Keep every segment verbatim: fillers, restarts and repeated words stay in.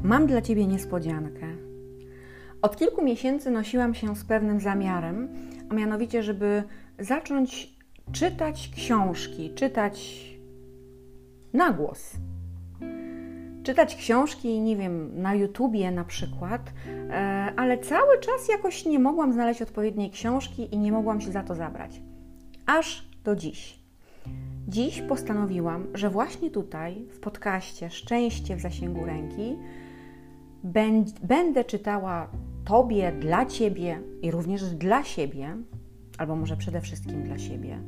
Mam dla Ciebie niespodziankę. Od kilku miesięcy nosiłam się z pewnym zamiarem, a mianowicie, żeby zacząć czytać książki, czytać na głos. Czytać książki, nie wiem, na YouTubie na przykład, ale cały czas jakoś nie mogłam znaleźć odpowiedniej książki i nie mogłam się za to zabrać. Aż do dziś. Dziś postanowiłam, że właśnie tutaj, w podcaście Szczęście w zasięgu ręki, będę czytała Tobie, dla Ciebie i również dla siebie, albo może przede wszystkim dla siebie,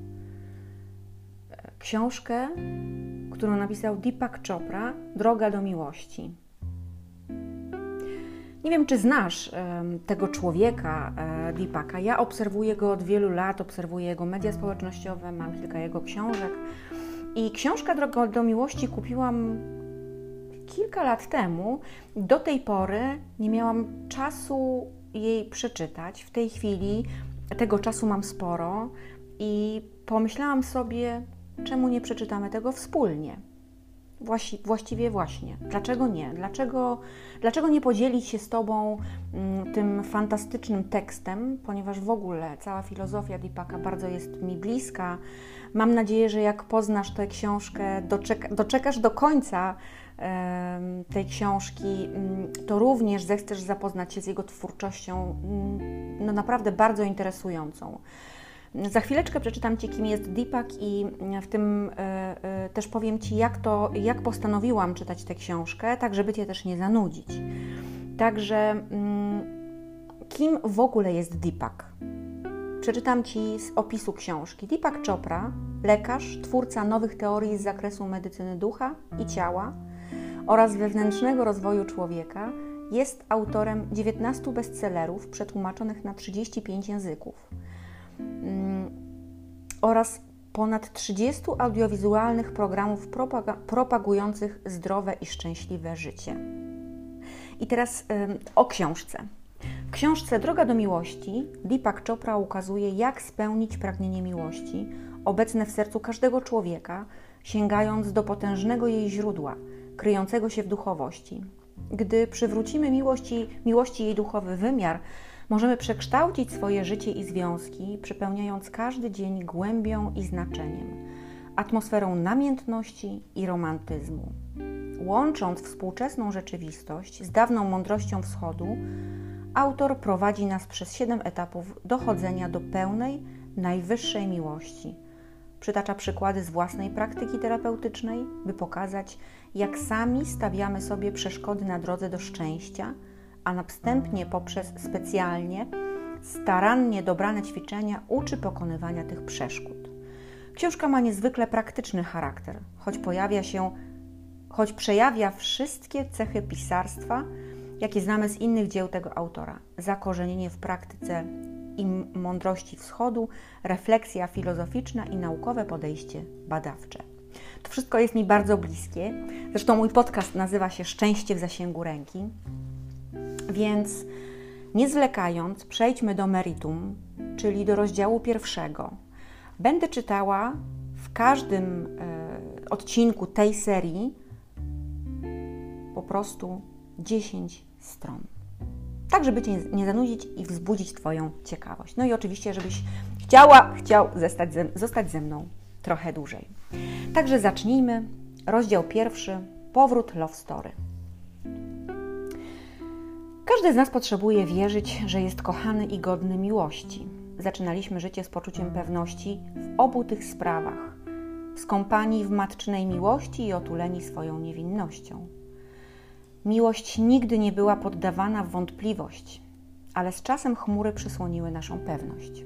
książkę, którą napisał Deepak Chopra, Droga do miłości. Nie wiem, czy znasz um, tego człowieka, e, Deepaka. Ja obserwuję go od wielu lat, obserwuję jego media społecznościowe, mam kilka jego książek. I książkę Droga do miłości kupiłam kilka lat temu. Do tej pory nie miałam czasu jej przeczytać. W tej chwili tego czasu mam sporo i pomyślałam sobie, czemu nie przeczytamy tego wspólnie? Właści, właściwie właśnie. Dlaczego nie? Dlaczego, dlaczego nie podzielić się z Tobą m, tym fantastycznym tekstem, ponieważ w ogóle cała filozofia Deepaka bardzo jest mi bliska. Mam nadzieję, że jak poznasz tę książkę, doczeka, doczekasz do końca e, tej książki, m, to również zechcesz zapoznać się z jego twórczością, m, no naprawdę bardzo interesującą. Za chwileczkę przeczytam Ci, kim jest Deepak i w tym y, y, też powiem Ci, jak to, jak postanowiłam czytać tę książkę, tak żeby Cię też nie zanudzić. Także y, kim w ogóle jest Deepak? Przeczytam Ci z opisu książki. Deepak Chopra, lekarz, twórca nowych teorii z zakresu medycyny ducha i ciała oraz wewnętrznego rozwoju człowieka, jest autorem dziewiętnastu bestsellerów przetłumaczonych na trzydzieści pięć języków. Oraz ponad trzydziestu audiowizualnych programów propaga- propagujących zdrowe i szczęśliwe życie. I teraz ym, o książce. W książce Droga do miłości Deepak Chopra ukazuje, jak spełnić pragnienie miłości obecne w sercu każdego człowieka, sięgając do potężnego jej źródła, kryjącego się w duchowości. Gdy przywrócimy miłości, miłości jej duchowy wymiar, możemy przekształcić swoje życie i związki, przypełniając każdy dzień głębią i znaczeniem, atmosferą namiętności i romantyzmu. Łącząc współczesną rzeczywistość z dawną mądrością wschodu, autor prowadzi nas przez siedem etapów dochodzenia do pełnej, najwyższej miłości. Przytacza przykłady z własnej praktyki terapeutycznej, by pokazać, jak sami stawiamy sobie przeszkody na drodze do szczęścia, a następnie poprzez specjalnie, starannie dobrane ćwiczenia uczy pokonywania tych przeszkód. Książka ma niezwykle praktyczny charakter, choć pojawia się, choć przejawia wszystkie cechy pisarstwa, jakie znamy z innych dzieł tego autora. Zakorzenienie w praktyce i mądrości wschodu, refleksja filozoficzna i naukowe podejście badawcze. To wszystko jest mi bardzo bliskie. Zresztą mój podcast nazywa się Szczęście w zasięgu ręki. Więc nie zwlekając, przejdźmy do meritum, czyli do rozdziału pierwszego. Będę czytała w każdym e, odcinku tej serii po prostu dziesięć stron. Tak, żeby Cię nie zanudzić i wzbudzić Twoją ciekawość. No i oczywiście, żebyś chciała, chciał zostać ze, zostać ze mną trochę dłużej. Także zacznijmy. Rozdział pierwszy. Powrót Love Story. Każdy z nas potrzebuje wierzyć, że jest kochany i godny miłości. Zaczynaliśmy życie z poczuciem pewności w obu tych sprawach, skąpani w matczynej miłości i otuleni swoją niewinnością. Miłość nigdy nie była poddawana w wątpliwość, ale z czasem chmury przysłoniły naszą pewność.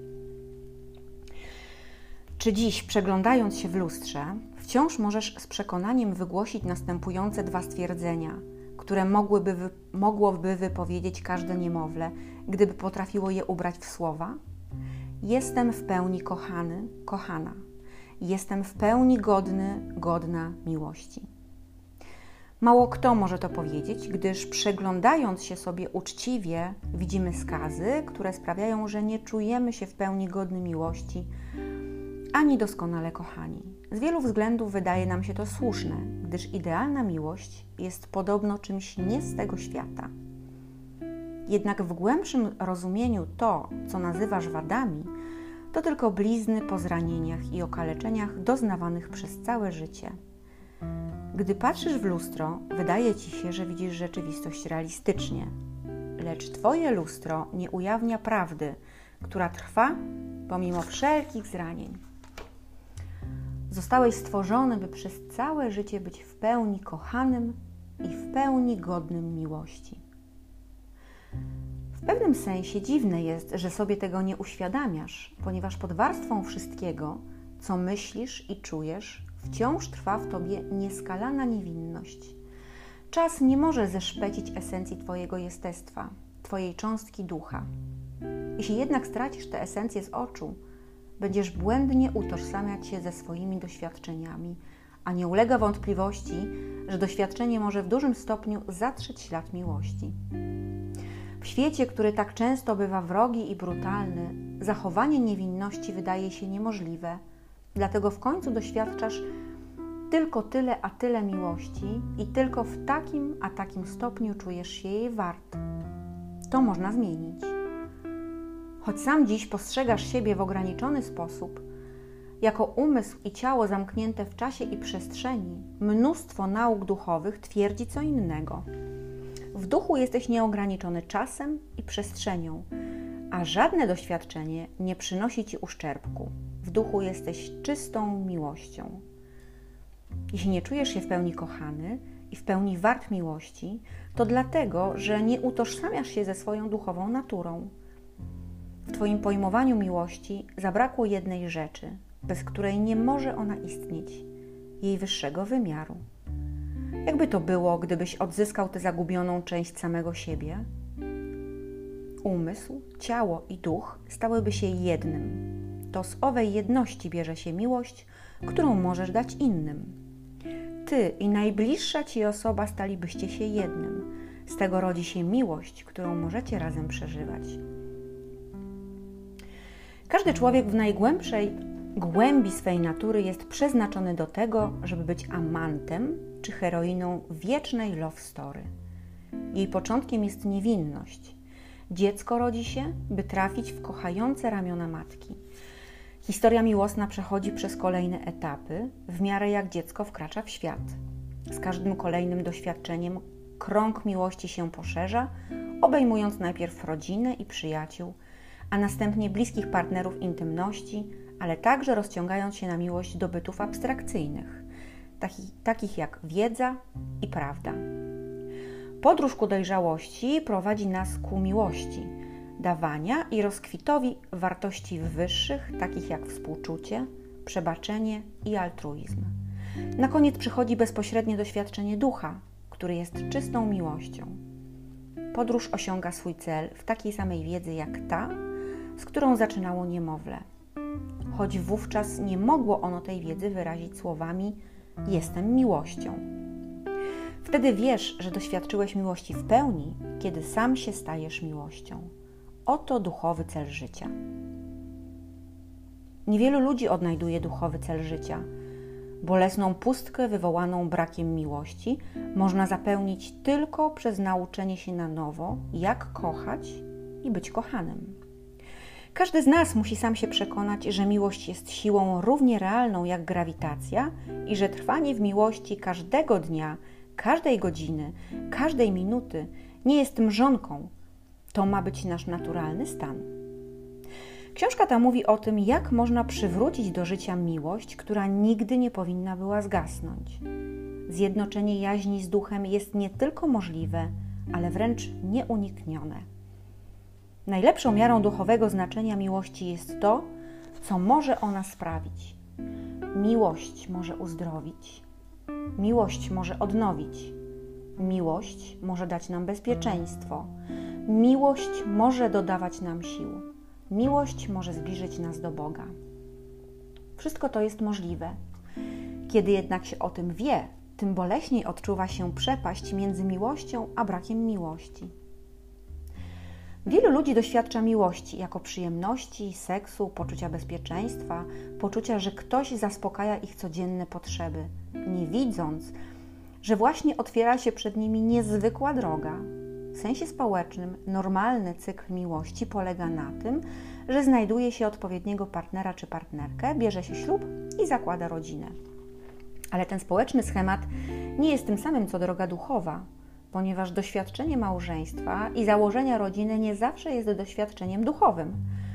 Czy dziś, przeglądając się w lustrze, wciąż możesz z przekonaniem wygłosić następujące dwa stwierdzenia, które mogłyby, mogłoby wypowiedzieć każde niemowlę, gdyby potrafiło je ubrać w słowa? Jestem w pełni kochany, kochana. Jestem w pełni godny, godna miłości. Mało kto może to powiedzieć, gdyż przeglądając się sobie uczciwie, widzimy skazy, które sprawiają, że nie czujemy się w pełni godny miłości, ani doskonale kochani. Z wielu względów wydaje nam się to słuszne, gdyż idealna miłość jest podobno czymś nie z tego świata. Jednak w głębszym rozumieniu to, co nazywasz wadami, to tylko blizny po zranieniach i okaleczeniach doznawanych przez całe życie. Gdy patrzysz w lustro, wydaje Ci się, że widzisz rzeczywistość realistycznie, lecz Twoje lustro nie ujawnia prawdy, która trwa pomimo wszelkich zranień. Zostałeś stworzony, by przez całe życie być w pełni kochanym i w pełni godnym miłości. W pewnym sensie dziwne jest, że sobie tego nie uświadamiasz, ponieważ pod warstwą wszystkiego, co myślisz i czujesz, wciąż trwa w Tobie nieskalana niewinność. Czas nie może zeszpecić esencji Twojego jestestwa, Twojej cząstki ducha. Jeśli jednak stracisz tę esencję z oczu, będziesz błędnie utożsamiać się ze swoimi doświadczeniami, a nie ulega wątpliwości, że doświadczenie może w dużym stopniu zatrzeć ślad miłości. W świecie, który tak często bywa wrogi i brutalny, zachowanie niewinności wydaje się niemożliwe, dlatego w końcu doświadczasz tylko tyle a tyle miłości i tylko w takim a takim stopniu czujesz się jej wart. To można zmienić. Choć sam dziś postrzegasz siebie w ograniczony sposób, jako umysł i ciało zamknięte w czasie i przestrzeni, mnóstwo nauk duchowych twierdzi co innego. W duchu jesteś nieograniczony czasem i przestrzenią, a żadne doświadczenie nie przynosi Ci uszczerbku. W duchu jesteś czystą miłością. Jeśli nie czujesz się w pełni kochany i w pełni wart miłości, to dlatego, że nie utożsamiasz się ze swoją duchową naturą. W Twoim pojmowaniu miłości zabrakło jednej rzeczy, bez której nie może ona istnieć – jej wyższego wymiaru. Jakby to było, gdybyś odzyskał tę zagubioną część samego siebie? Umysł, ciało i duch stałyby się jednym. To z owej jedności bierze się miłość, którą możesz dać innym. Ty i najbliższa Ci osoba stalibyście się jednym. Z tego rodzi się miłość, którą możecie razem przeżywać. Każdy człowiek w najgłębszej głębi swej natury jest przeznaczony do tego, żeby być amantem czy heroiną wiecznej love story. Jej początkiem jest niewinność. Dziecko rodzi się, by trafić w kochające ramiona matki. Historia miłosna przechodzi przez kolejne etapy, w miarę jak dziecko wkracza w świat. Z każdym kolejnym doświadczeniem krąg miłości się poszerza, obejmując najpierw rodzinę i przyjaciół, a następnie bliskich partnerów intymności, ale także rozciągając się na miłość do bytów abstrakcyjnych, takich, takich jak wiedza i prawda. Podróż ku dojrzałości prowadzi nas ku miłości, dawania i rozkwitowi wartości wyższych, takich jak współczucie, przebaczenie i altruizm. Na koniec przychodzi bezpośrednie doświadczenie ducha, który jest czystą miłością. Podróż osiąga swój cel w takiej samej wiedzy jak ta, z którą zaczynało niemowlę. Choć wówczas nie mogło ono tej wiedzy wyrazić słowami „jestem miłością”. Wtedy wiesz, że doświadczyłeś miłości w pełni, kiedy sam się stajesz miłością. Oto duchowy cel życia. Niewielu ludzi odnajduje duchowy cel życia. Bolesną pustkę wywołaną brakiem miłości można zapełnić tylko przez nauczenie się na nowo, jak kochać i być kochanym. Każdy z nas musi sam się przekonać, że miłość jest siłą równie realną jak grawitacja i że trwanie w miłości każdego dnia, każdej godziny, każdej minuty nie jest mrzonką. To ma być nasz naturalny stan. Książka ta mówi o tym, jak można przywrócić do życia miłość, która nigdy nie powinna była zgasnąć. Zjednoczenie jaźni z duchem jest nie tylko możliwe, ale wręcz nieuniknione. Najlepszą miarą duchowego znaczenia miłości jest to, co może ona sprawić. Miłość może uzdrowić. Miłość może odnowić. Miłość może dać nam bezpieczeństwo. Miłość może dodawać nam sił. Miłość może zbliżyć nas do Boga. Wszystko to jest możliwe. Kiedy jednak się o tym wie, tym boleśniej odczuwa się przepaść między miłością a brakiem miłości. Wielu ludzi doświadcza miłości jako przyjemności, seksu, poczucia bezpieczeństwa, poczucia, że ktoś zaspokaja ich codzienne potrzeby, nie widząc, że właśnie otwiera się przed nimi niezwykła droga. W sensie społecznym normalny cykl miłości polega na tym, że znajduje się odpowiedniego partnera czy partnerkę, bierze się ślub i zakłada rodzinę. Ale ten społeczny schemat nie jest tym samym co droga duchowa, ponieważ doświadczenie małżeństwa i założenia rodziny nie zawsze jest doświadczeniem duchowym.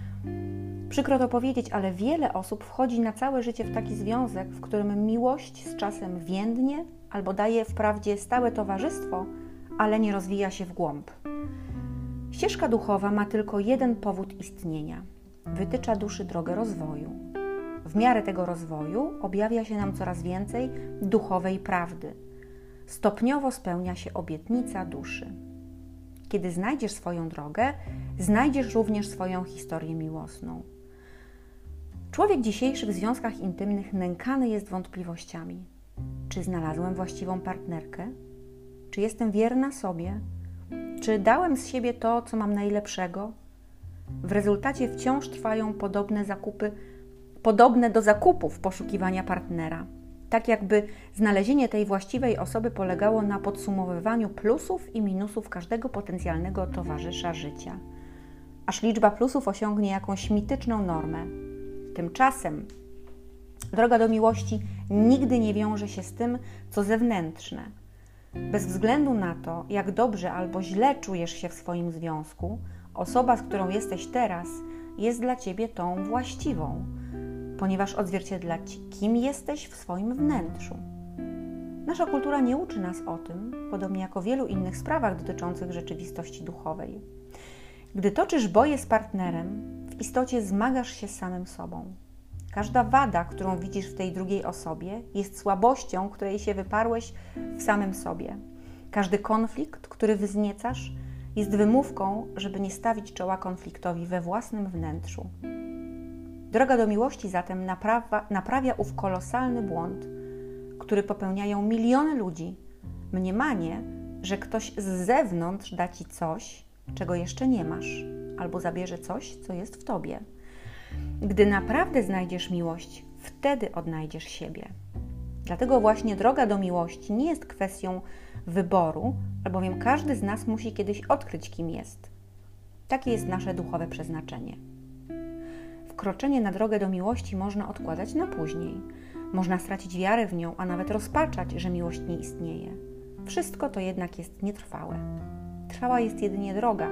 Przykro to powiedzieć, ale wiele osób wchodzi na całe życie w taki związek, w którym miłość z czasem więdnie albo daje wprawdzie stałe towarzystwo, ale nie rozwija się w głąb. Ścieżka duchowa ma tylko jeden powód istnienia. Wytycza duszy drogę rozwoju. W miarę tego rozwoju objawia się nam coraz więcej duchowej prawdy. Stopniowo spełnia się obietnica duszy. Kiedy znajdziesz swoją drogę, znajdziesz również swoją historię miłosną. Człowiek dzisiejszy w związkach intymnych nękany jest wątpliwościami. Czy znalazłem właściwą partnerkę? Czy jestem wierna sobie? Czy dałem z siebie to, co mam najlepszego? W rezultacie wciąż trwają podobne zakupy, podobne do zakupów poszukiwania partnera. Tak jakby znalezienie tej właściwej osoby polegało na podsumowywaniu plusów i minusów każdego potencjalnego towarzysza życia. Aż liczba plusów osiągnie jakąś mityczną normę. Tymczasem droga do miłości nigdy nie wiąże się z tym, co zewnętrzne. Bez względu na to, jak dobrze albo źle czujesz się w swoim związku, osoba, z którą jesteś teraz, jest dla Ciebie tą właściwą, ponieważ odzwierciedla Ci, kim jesteś w swoim wnętrzu. Nasza kultura nie uczy nas o tym, podobnie jak o wielu innych sprawach dotyczących rzeczywistości duchowej. Gdy toczysz boje z partnerem, w istocie zmagasz się z samym sobą. Każda wada, którą widzisz w tej drugiej osobie, jest słabością, której się wyparłeś w samym sobie. Każdy konflikt, który wzniecasz, jest wymówką, żeby nie stawić czoła konfliktowi we własnym wnętrzu. Droga do miłości zatem naprawa, naprawia ów kolosalny błąd, który popełniają miliony ludzi. Mniemanie, że ktoś z zewnątrz da Ci coś, czego jeszcze nie masz, albo zabierze coś, co jest w Tobie. Gdy naprawdę znajdziesz miłość, wtedy odnajdziesz siebie. Dlatego właśnie droga do miłości nie jest kwestią wyboru, albowiem każdy z nas musi kiedyś odkryć, kim jest. Takie jest nasze duchowe przeznaczenie. Wkroczenie na drogę do miłości można odkładać na później. Można stracić wiarę w nią, a nawet rozpaczać, że miłość nie istnieje. Wszystko to jednak jest nietrwałe. Trwała jest jedynie droga.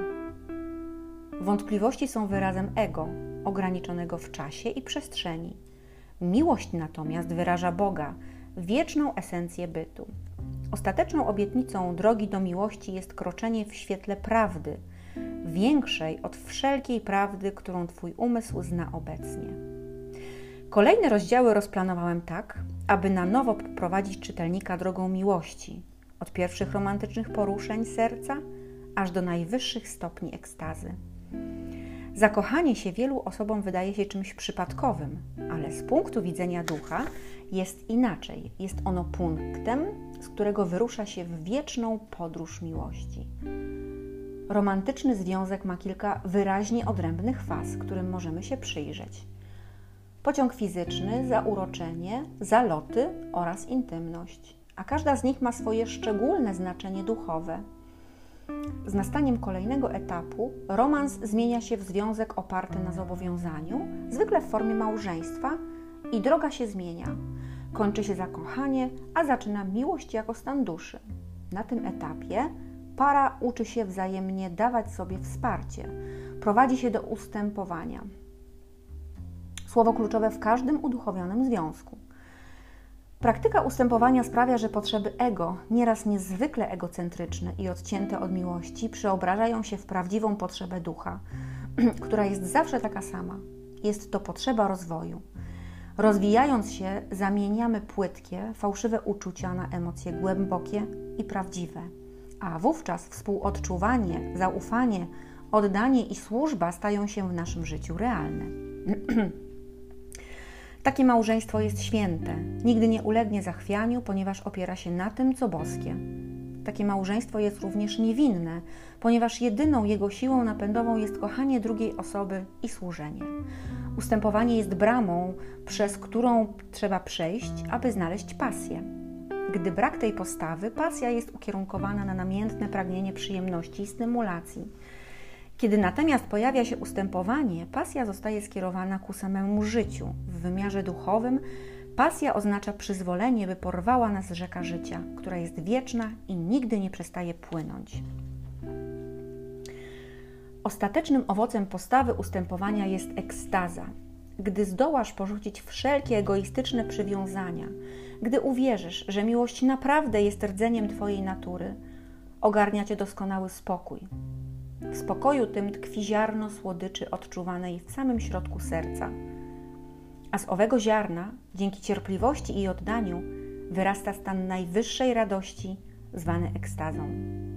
Wątpliwości są wyrazem ego, ograniczonego w czasie i przestrzeni. Miłość natomiast wyraża Boga, wieczną esencję bytu. Ostateczną obietnicą drogi do miłości jest kroczenie w świetle prawdy, większej od wszelkiej prawdy, którą Twój umysł zna obecnie. Kolejne rozdziały rozplanowałem tak, aby na nowo poprowadzić czytelnika drogą miłości, od pierwszych romantycznych poruszeń serca, aż do najwyższych stopni ekstazy. Zakochanie się wielu osobom wydaje się czymś przypadkowym, ale z punktu widzenia ducha jest inaczej. Jest ono punktem, z którego wyrusza się w wieczną podróż miłości. Romantyczny związek ma kilka wyraźnie odrębnych faz, którym możemy się przyjrzeć. Pociąg fizyczny, zauroczenie, zaloty oraz intymność, a każda z nich ma swoje szczególne znaczenie duchowe. Z nastaniem kolejnego etapu romans zmienia się w związek oparty na zobowiązaniu, zwykle w formie małżeństwa, i droga się zmienia. Kończy się zakochanie, a zaczyna miłość jako stan duszy. Na tym etapie para uczy się wzajemnie dawać sobie wsparcie, prowadzi się do ustępowania. Słowo kluczowe w każdym uduchowionym związku. Praktyka ustępowania sprawia, że potrzeby ego, nieraz niezwykle egocentryczne i odcięte od miłości, przeobrażają się w prawdziwą potrzebę ducha, która jest zawsze taka sama. Jest to potrzeba rozwoju. Rozwijając się, zamieniamy płytkie, fałszywe uczucia na emocje głębokie i prawdziwe. A wówczas współodczuwanie, zaufanie, oddanie i służba stają się w naszym życiu realne. Takie małżeństwo jest święte, nigdy nie ulegnie zachwianiu, ponieważ opiera się na tym, co boskie. takie małżeństwo jest również niewinne, ponieważ jedyną jego siłą napędową jest kochanie drugiej osoby i służenie. Ustępowanie jest bramą, przez którą trzeba przejść, aby znaleźć pasję. Gdy brak tej postawy, pasja jest ukierunkowana na namiętne pragnienie przyjemności i stymulacji. Kiedy natomiast pojawia się ustępowanie, pasja zostaje skierowana ku samemu życiu. W wymiarze duchowym pasja oznacza przyzwolenie, by porwała nas rzeka życia, która jest wieczna i nigdy nie przestaje płynąć. Ostatecznym owocem postawy ustępowania jest ekstaza. Gdy zdołasz porzucić wszelkie egoistyczne przywiązania, gdy uwierzysz, że miłość naprawdę jest rdzeniem Twojej natury, ogarnia Cię doskonały spokój. W spokoju tym tkwi ziarno słodyczy odczuwanej w samym środku serca. A z owego ziarna, dzięki cierpliwości i oddaniu, wyrasta stan najwyższej radości, zwany ekstazą.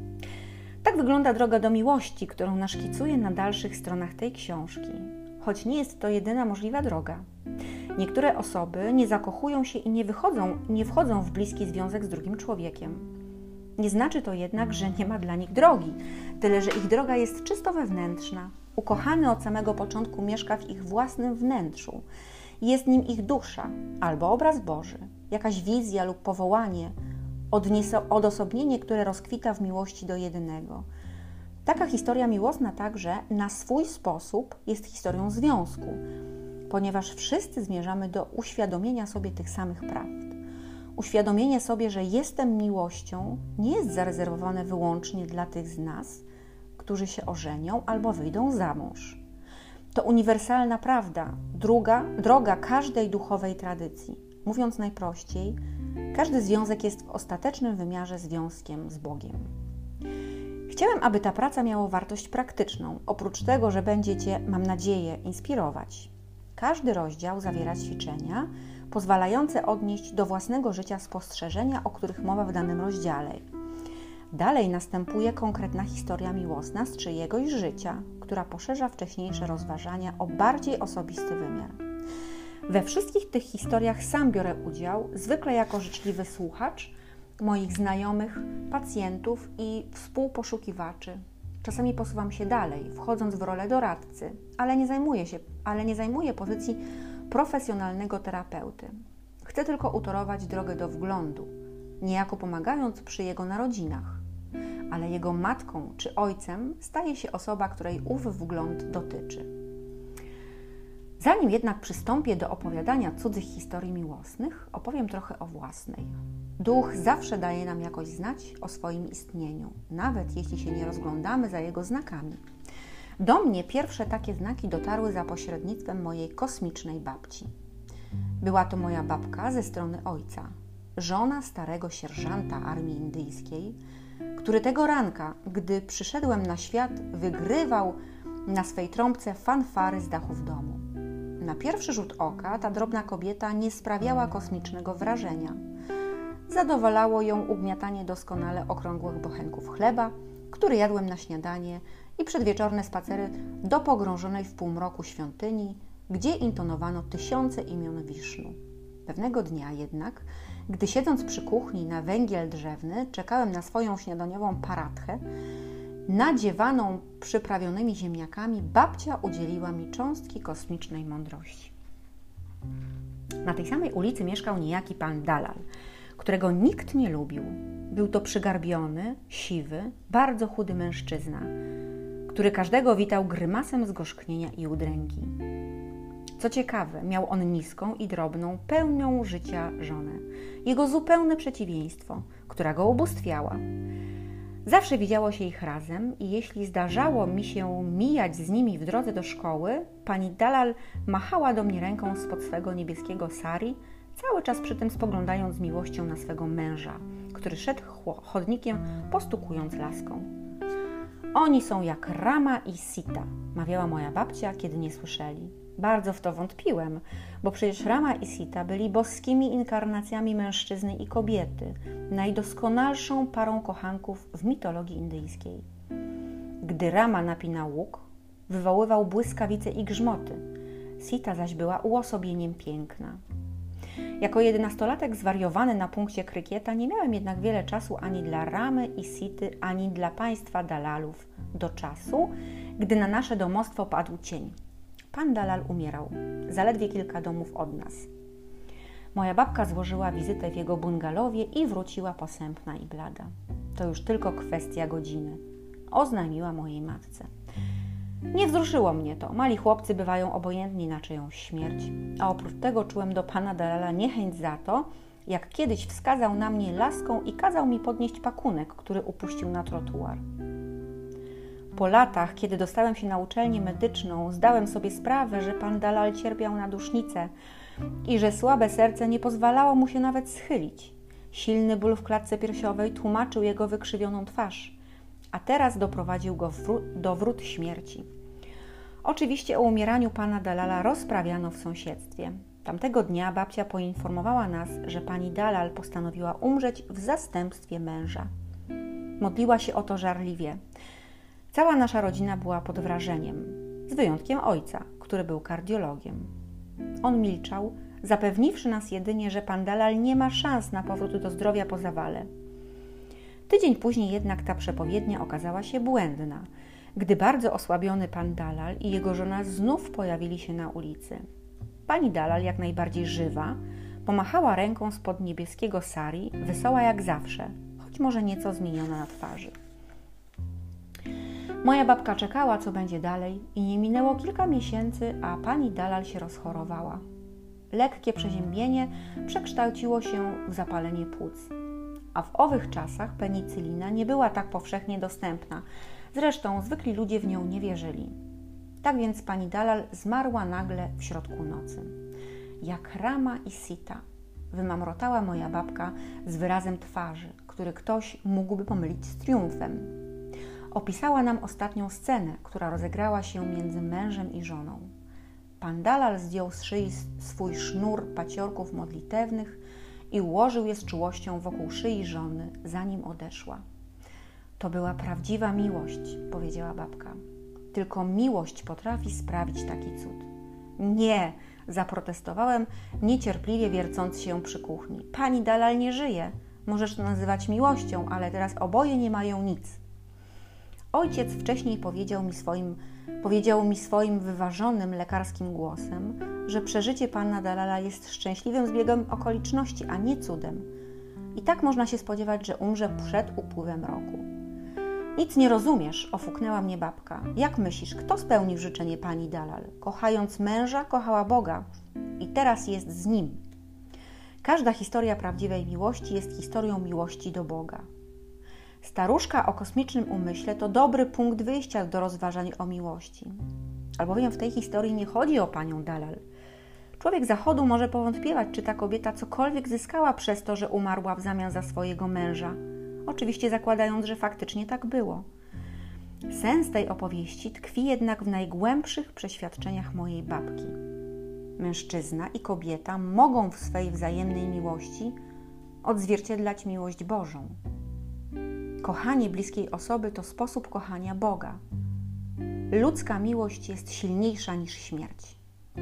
Tak wygląda droga do miłości, którą naszkicuję na dalszych stronach tej książki, choć nie jest to jedyna możliwa droga. Niektóre osoby nie zakochują się i nie wychodzą, nie wchodzą w bliski związek z drugim człowiekiem. Nie znaczy to jednak, że nie ma dla nich drogi, tyle że ich droga jest czysto wewnętrzna. Ukochany od samego początku mieszka w ich własnym wnętrzu. Jest nim ich dusza albo obraz Boży, jakaś wizja lub powołanie, odosobnienie, które rozkwita w miłości do jedynego. Taka historia miłosna także na swój sposób jest historią związku, ponieważ wszyscy zmierzamy do uświadomienia sobie tych samych prawd. Uświadomienie sobie, że jestem miłością, nie jest zarezerwowane wyłącznie dla tych z nas, którzy się ożenią albo wyjdą za mąż. To uniwersalna prawda, druga, droga każdej duchowej tradycji. Mówiąc najprościej, każdy związek jest w ostatecznym wymiarze związkiem z Bogiem. Chciałem, aby ta praca miała wartość praktyczną, oprócz tego, że będzie Cię, mam nadzieję, inspirować. Każdy rozdział zawiera ćwiczenia pozwalające odnieść do własnego życia spostrzeżenia, o których mowa w danym rozdziale. Dalej następuje konkretna historia miłosna z czyjegoś życia, która poszerza wcześniejsze rozważania o bardziej osobisty wymiar. We wszystkich tych historiach sam biorę udział, zwykle jako życzliwy słuchacz moich znajomych, pacjentów i współposzukiwaczy. Czasami posuwam się dalej, wchodząc w rolę doradcy, ale nie zajmuję się, ale nie zajmuję pozycji profesjonalnego terapeuty. Chcę tylko utorować drogę do wglądu, niejako pomagając przy jego narodzinach, ale jego matką czy ojcem staje się osoba, której ów wgląd dotyczy. Zanim jednak przystąpię do opowiadania cudzych historii miłosnych, opowiem trochę o własnej. Duch zawsze daje nam jakoś znać o swoim istnieniu, nawet jeśli się nie rozglądamy za jego znakami. Do mnie pierwsze takie znaki dotarły za pośrednictwem mojej kosmicznej babci. Była to moja babka ze strony ojca, żona starego sierżanta armii indyjskiej, który tego ranka, gdy przyszedłem na świat, wygrywał na swej trąbce fanfary z dachów domu. Na pierwszy rzut oka ta drobna kobieta nie sprawiała kosmicznego wrażenia. Zadowalało ją ugniatanie doskonale okrągłych bochenków chleba, który jadłem na śniadanie, i przedwieczorne spacery do pogrążonej w półmroku świątyni, gdzie intonowano tysiące imion Wisznu. Pewnego dnia jednak, gdy siedząc przy kuchni na węgiel drzewny, czekałem na swoją śniadaniową paratchę, nadziewaną przyprawionymi ziemniakami, babcia udzieliła mi cząstki kosmicznej mądrości. Na tej samej ulicy mieszkał niejaki pan Dalal, którego nikt nie lubił. Był to przygarbiony, siwy, bardzo chudy mężczyzna, który każdego witał grymasem zgorzknienia i udręki. Co ciekawe, miał on niską i drobną, pełną życia żonę. Jego zupełne przeciwieństwo, która go ubóstwiała. Zawsze widziało się ich razem i jeśli zdarzało mi się mijać z nimi w drodze do szkoły, pani Dalal machała do mnie ręką spod swego niebieskiego sari, cały czas przy tym spoglądając z miłością na swego męża, który szedł chodnikiem, postukując laską. Oni są jak Rama i Sita, mawiała moja babcia, kiedy nie słyszeli. Bardzo w to wątpiłem, bo przecież Rama i Sita byli boskimi inkarnacjami mężczyzny i kobiety, najdoskonalszą parą kochanków w mitologii indyjskiej. Gdy Rama napinał łuk, wywoływał błyskawice i grzmoty, Sita zaś była uosobieniem piękna. Jako jedenastolatek zwariowany na punkcie krykieta nie miałem jednak wiele czasu ani dla Ramy i Sity, ani dla państwa Dalalów do czasu, gdy na nasze domostwo padł cień. Pan Dalal umierał, zaledwie kilka domów od nas. Moja babka złożyła wizytę w jego bungalowie i wróciła posępna i blada. To już tylko kwestia godziny, oznajmiła mojej matce. Nie wzruszyło mnie to. Mali chłopcy bywają obojętni na czyjąś śmierć, a oprócz tego czułem do pana Dalala niechęć za to, jak kiedyś wskazał na mnie laską i kazał mi podnieść pakunek, który upuścił na trotuar. Po latach, kiedy dostałem się na uczelnię medyczną, zdałem sobie sprawę, że pan Dalal cierpiał na dusznicę i że słabe serce nie pozwalało mu się nawet schylić. Silny ból w klatce piersiowej tłumaczył jego wykrzywioną twarz, a teraz doprowadził go do wrót śmierci. Oczywiście o umieraniu pana Dalala rozprawiano w sąsiedztwie. Tamtego dnia babcia poinformowała nas, że pani Dalal postanowiła umrzeć w zastępstwie męża. Modliła się o to żarliwie. Cała nasza rodzina była pod wrażeniem, z wyjątkiem ojca, który był kardiologiem. On milczał, zapewniwszy nas jedynie, że pan Dalal nie ma szans na powrót do zdrowia po zawale. Tydzień później jednak ta przepowiednia okazała się błędna, gdy bardzo osłabiony pan Dalal i jego żona znów pojawili się na ulicy. Pani Dalal, jak najbardziej żywa, pomachała ręką spod niebieskiego sari, wesoła jak zawsze, choć może nieco zmieniona na twarzy. Moja babka czekała, co będzie dalej, i nie minęło kilka miesięcy, a pani Dalal się rozchorowała. Lekkie przeziębienie przekształciło się w zapalenie płuc. A w owych czasach penicylina nie była tak powszechnie dostępna. Zresztą zwykli ludzie w nią nie wierzyli. Tak więc pani Dalal zmarła nagle w środku nocy. Jak Rama i Sita, wymamrotała moja babka z wyrazem twarzy, który ktoś mógłby pomylić z triumfem. Opisała nam ostatnią scenę, która rozegrała się między mężem i żoną. Pan Dalal zdjął z szyi swój sznur paciorków modlitewnych i ułożył je z czułością wokół szyi żony, zanim odeszła. To była prawdziwa miłość, powiedziała babka. Tylko miłość potrafi sprawić taki cud. Nie, zaprotestowałem, niecierpliwie wiercąc się przy kuchni. Pani Dalal nie żyje. Możesz to nazywać miłością, ale teraz oboje nie mają nic. Ojciec wcześniej powiedział mi swoim, powiedział mi swoim wyważonym lekarskim głosem, że przeżycie pana Dalala jest szczęśliwym zbiegiem okoliczności, a nie cudem. I tak można się spodziewać, że umrze przed upływem roku. Nic nie rozumiesz, ofuknęła mnie babka. Jak myślisz, kto spełnił życzenie pani Dalal? Kochając męża, kochała Boga i teraz jest z nim. Każda historia prawdziwej miłości jest historią miłości do Boga. Staruszka o kosmicznym umyśle to dobry punkt wyjścia do rozważań o miłości. Albowiem w tej historii nie chodzi o panią Dalal. Człowiek zachodu może powątpiewać, czy ta kobieta cokolwiek zyskała przez to, że umarła w zamian za swojego męża. Oczywiście zakładając, że faktycznie tak było. Sens tej opowieści tkwi jednak w najgłębszych przeświadczeniach mojej babki. Mężczyzna i kobieta mogą w swej wzajemnej miłości odzwierciedlać miłość Bożą. Kochanie bliskiej osoby to sposób kochania Boga. Ludzka miłość jest silniejsza niż śmierć.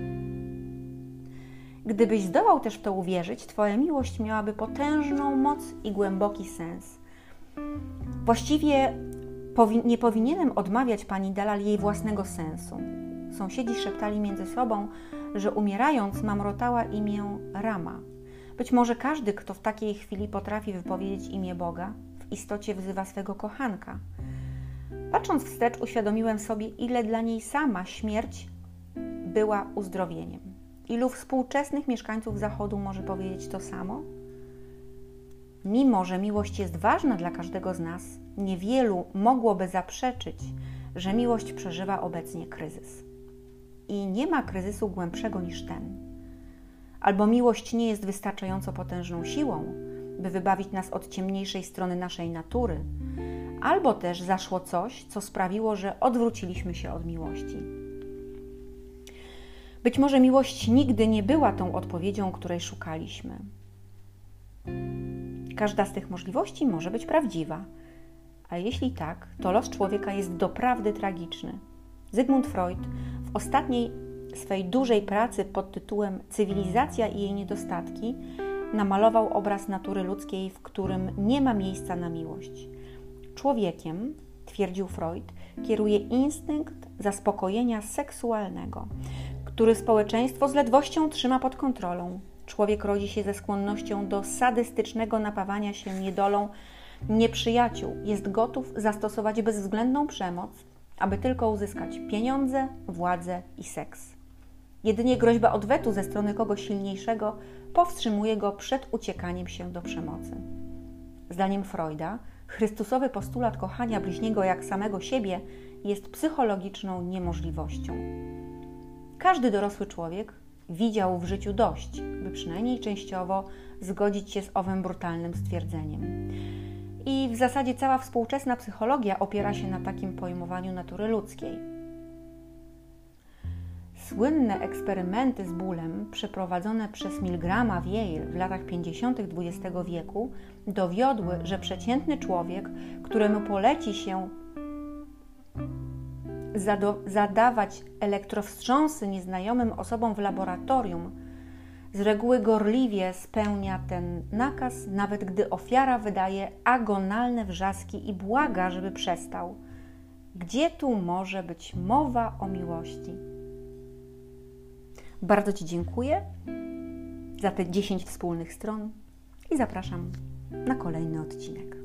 Gdybyś zdołał też w to uwierzyć, twoja miłość miałaby potężną moc i głęboki sens. Właściwie powi- nie powinienem odmawiać pani Dalal jej własnego sensu. Sąsiedzi szeptali między sobą, że umierając mamrotała imię Rama. Być może każdy, kto w takiej chwili potrafi wypowiedzieć imię Boga, w istocie wzywa swego kochanka. Patrząc wstecz, uświadomiłem sobie, ile dla niej sama śmierć była uzdrowieniem. Ilu współczesnych mieszkańców Zachodu może powiedzieć to samo? Mimo że miłość jest ważna dla każdego z nas, niewielu mogłoby zaprzeczyć, że miłość przeżywa obecnie kryzys. I nie ma kryzysu głębszego niż ten. Albo miłość nie jest wystarczająco potężną siłą, by wybawić nas od ciemniejszej strony naszej natury, albo też zaszło coś, co sprawiło, że odwróciliśmy się od miłości. Być może miłość nigdy nie była tą odpowiedzią, której szukaliśmy. Każda z tych możliwości może być prawdziwa, a jeśli tak, to los człowieka jest doprawdy tragiczny. Zygmunt Freud w ostatniej swej dużej pracy pod tytułem Cywilizacja i jej niedostatki namalował obraz natury ludzkiej, w którym nie ma miejsca na miłość. Człowiekiem, twierdził Freud, kieruje instynkt zaspokojenia seksualnego, który społeczeństwo z ledwością trzyma pod kontrolą. Człowiek rodzi się ze skłonnością do sadystycznego napawania się niedolą nieprzyjaciół. Jest gotów zastosować bezwzględną przemoc, aby tylko uzyskać pieniądze, władzę i seks. Jedynie groźba odwetu ze strony kogoś silniejszego powstrzymuje go przed uciekaniem się do przemocy. Zdaniem Freuda, chrystusowy postulat kochania bliźniego jak samego siebie jest psychologiczną niemożliwością. Każdy dorosły człowiek widział w życiu dość, by przynajmniej częściowo zgodzić się z owym brutalnym stwierdzeniem. I w zasadzie cała współczesna psychologia opiera się na takim pojmowaniu natury ludzkiej. Słynne eksperymenty z bólem przeprowadzone przez Milgrama w Yale w latach pięćdziesiątych dwudziestego wieku dowiodły, że przeciętny człowiek, któremu poleci się zadawać elektrowstrząsy nieznajomym osobom w laboratorium, z reguły gorliwie spełnia ten nakaz, nawet gdy ofiara wydaje agonalne wrzaski i błaga, żeby przestał. Gdzie tu może być mowa o miłości? Bardzo Ci dziękuję za te dziesięć wspólnych stron i zapraszam na kolejny odcinek.